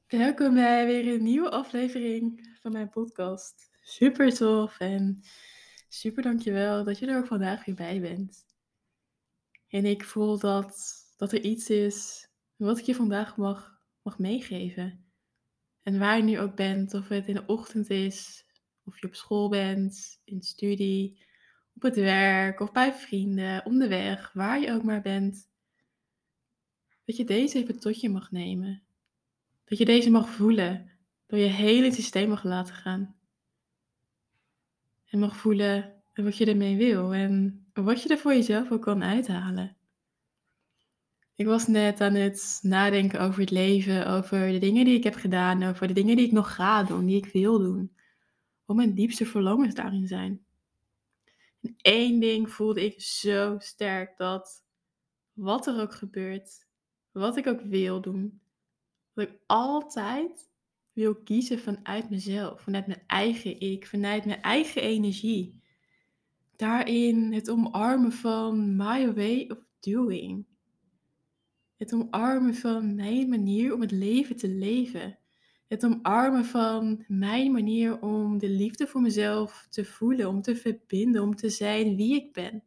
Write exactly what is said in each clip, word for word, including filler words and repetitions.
Welkom bij weer een nieuwe aflevering van mijn podcast. Super tof en super dankjewel dat je er ook vandaag weer bij bent. En ik voel dat, dat er iets is wat ik je vandaag mag, mag meegeven. En waar je nu ook bent, of het in de ochtend is, of je op school bent, in studie, op het werk of bij vrienden, onderweg, waar je ook maar bent. Dat je deze even tot je mag nemen. Dat je deze mag voelen, door je hele systeem mag laten gaan. En mag voelen wat je ermee wil en wat je er voor jezelf ook kan uithalen. Ik was net aan het nadenken over het leven, over de dingen die ik heb gedaan, over de dingen die ik nog ga doen, die ik wil doen. Wat mijn diepste verlangens daarin zijn. En één ding voelde ik zo sterk, dat wat er ook gebeurt, wat ik ook wil doen, dat ik altijd wil kiezen vanuit mezelf, vanuit mijn eigen ik, vanuit mijn eigen energie. Daarin het omarmen van my way of doing. Het omarmen van mijn manier om het leven te leven. Het omarmen van mijn manier om de liefde voor mezelf te voelen, om te verbinden, om te zijn wie ik ben.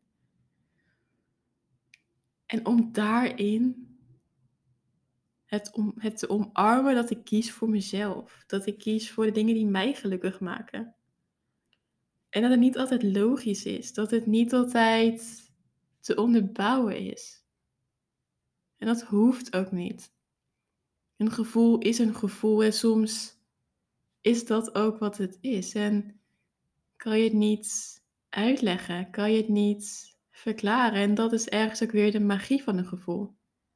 En om daarin het, om, het te omarmen dat ik kies voor mezelf. Dat ik kies voor de dingen die mij gelukkig maken. En dat het niet altijd logisch is. Dat het niet altijd te onderbouwen is. En dat hoeft ook niet. Een gevoel is een gevoel en soms is dat ook wat het is. En kan je het niet uitleggen, kan je het niet verklaren. En dat is ergens ook weer de magie van een gevoel.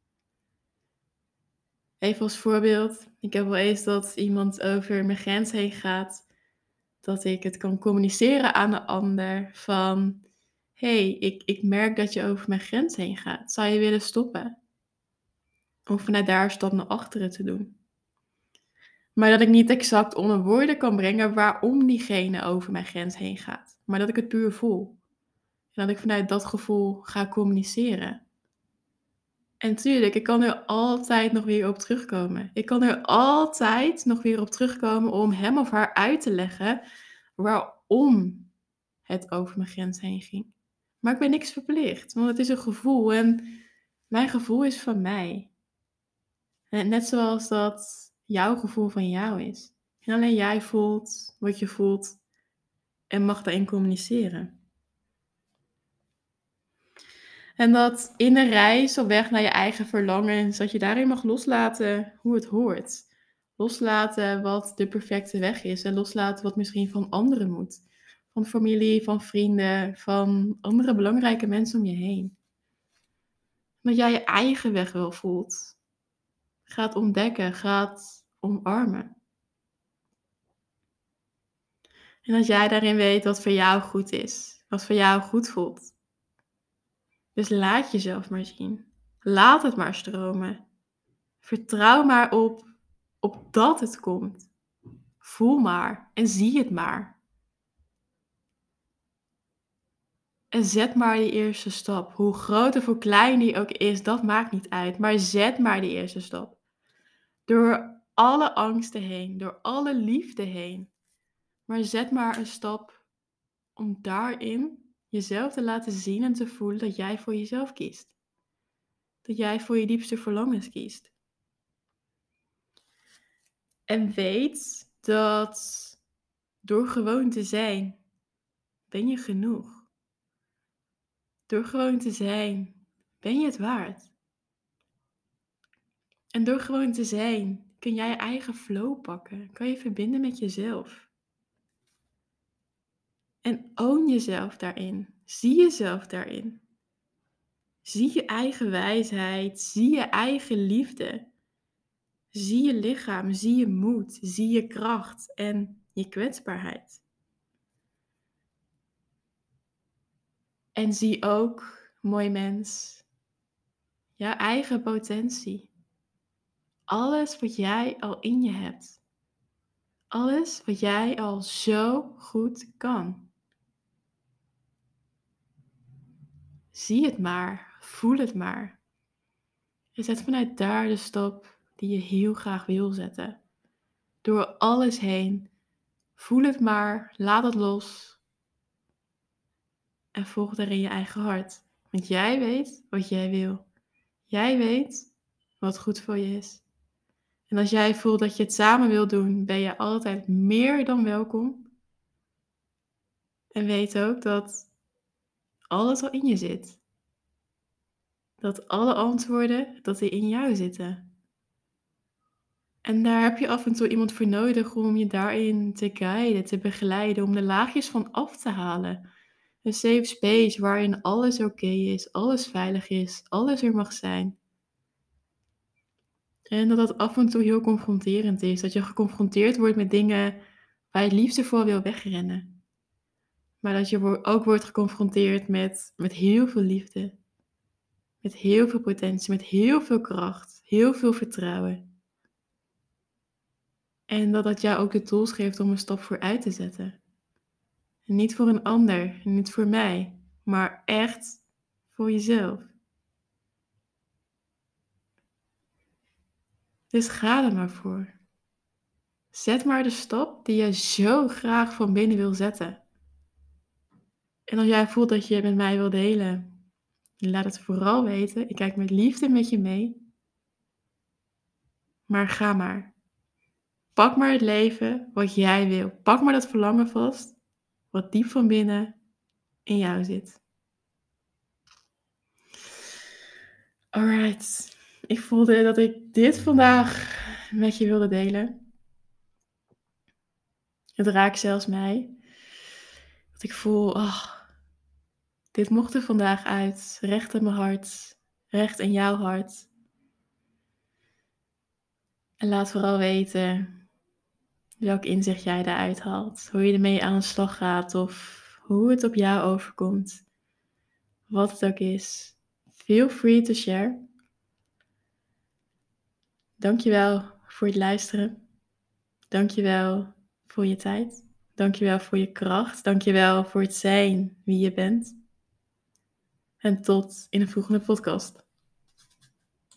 Even als voorbeeld, ik heb wel eens dat iemand over mijn grens heen gaat, dat ik het kan communiceren aan de ander van, hey, ik, ik merk dat je over mijn grens heen gaat. Zou je willen stoppen? Om vanuit daar een stap naar achteren te doen. Maar dat ik niet exact onder woorden kan brengen waarom diegene over mijn grens heen gaat. Maar dat ik het puur voel. En dat ik vanuit dat gevoel ga communiceren. En tuurlijk, ik kan er altijd nog weer op terugkomen. Ik kan er altijd nog weer op terugkomen om hem of haar uit te leggen waarom het over mijn grens heen ging. Maar ik ben niks verplicht, want het is een gevoel en mijn gevoel is van mij. En net zoals dat jouw gevoel van jou is. En alleen jij voelt wat je voelt en mag daarin communiceren. En dat in de reis op weg naar je eigen verlangens, dat je daarin mag loslaten hoe het hoort. Loslaten wat de perfecte weg is en loslaten wat misschien van anderen moet. Van familie, van vrienden, van andere belangrijke mensen om je heen. Dat jij je eigen weg wel voelt. Gaat ontdekken, gaat omarmen. En dat jij daarin weet wat voor jou goed is. Wat voor jou goed voelt. Dus laat jezelf maar zien. Laat het maar stromen. Vertrouw maar op, op dat het komt. Voel maar en zie het maar. En zet maar die eerste stap. Hoe groot of hoe klein die ook is, dat maakt niet uit. Maar zet maar die eerste stap. Door alle angsten heen, door alle liefde heen. Maar zet maar een stap om daarin jezelf te laten zien en te voelen dat jij voor jezelf kiest. Dat jij voor je diepste verlangens kiest. En weet dat door gewoon te zijn, ben je genoeg. Door gewoon te zijn, ben je het waard. En door gewoon te zijn, kun jij je eigen flow pakken. Kan je verbinden met jezelf. En own jezelf daarin. Zie jezelf daarin. Zie je eigen wijsheid. Zie je eigen liefde. Zie je lichaam. Zie je moed. Zie je kracht en je kwetsbaarheid. En zie ook, mooi mens, jouw eigen potentie. Alles wat jij al in je hebt. Alles wat jij al zo goed kan. Zie het maar, voel het maar. En zet vanuit daar de stap die je heel graag wil zetten. door alles heen. Voel het maar, laat het los en volg daarin je eigen hart. Want jij weet wat jij wil. Jij weet wat goed voor je is. En als jij voelt dat je het samen wil doen, ben je altijd meer dan welkom. En weet ook dat alles al in je zit. Dat alle antwoorden, dat die in jou zitten. En daar heb je af en toe iemand voor nodig om je daarin te guiden, te begeleiden, om de laagjes van af te halen. Een safe space waarin alles oké is, alles veilig is, alles er mag zijn. En dat dat af en toe heel confronterend is. Dat je geconfronteerd wordt met dingen waar je het liefst voor wil wegrennen. Maar dat je ook wordt geconfronteerd met, met heel veel liefde. Met heel veel potentie, met heel veel kracht, heel veel vertrouwen. En dat dat jou ook de tools geeft om een stap vooruit te zetten. En niet voor een ander, niet voor mij, maar echt voor jezelf. Dus ga er maar voor. Zet maar de stap die je zo graag van binnen wil zetten. En als jij voelt dat je het met mij wil delen, laat het vooral weten. Ik kijk met liefde met je mee. Maar ga maar. Pak maar het leven wat jij wil. Pak maar dat verlangen vast, wat diep van binnen in jou zit. Alright. Ik voelde dat ik dit vandaag met je wilde delen. Het raakt zelfs mij. Dat ik voel, oh, dit mocht er vandaag uit. Recht in mijn hart. Recht in jouw hart. En laat vooral weten welk inzicht jij daaruit haalt. Hoe je ermee aan de slag gaat of hoe het op jou overkomt. Wat het ook is. Feel free to share. Dankjewel voor het luisteren. Dankjewel voor je tijd. Dankjewel voor je kracht. Dankjewel voor het zijn wie je bent. En tot in de volgende podcast.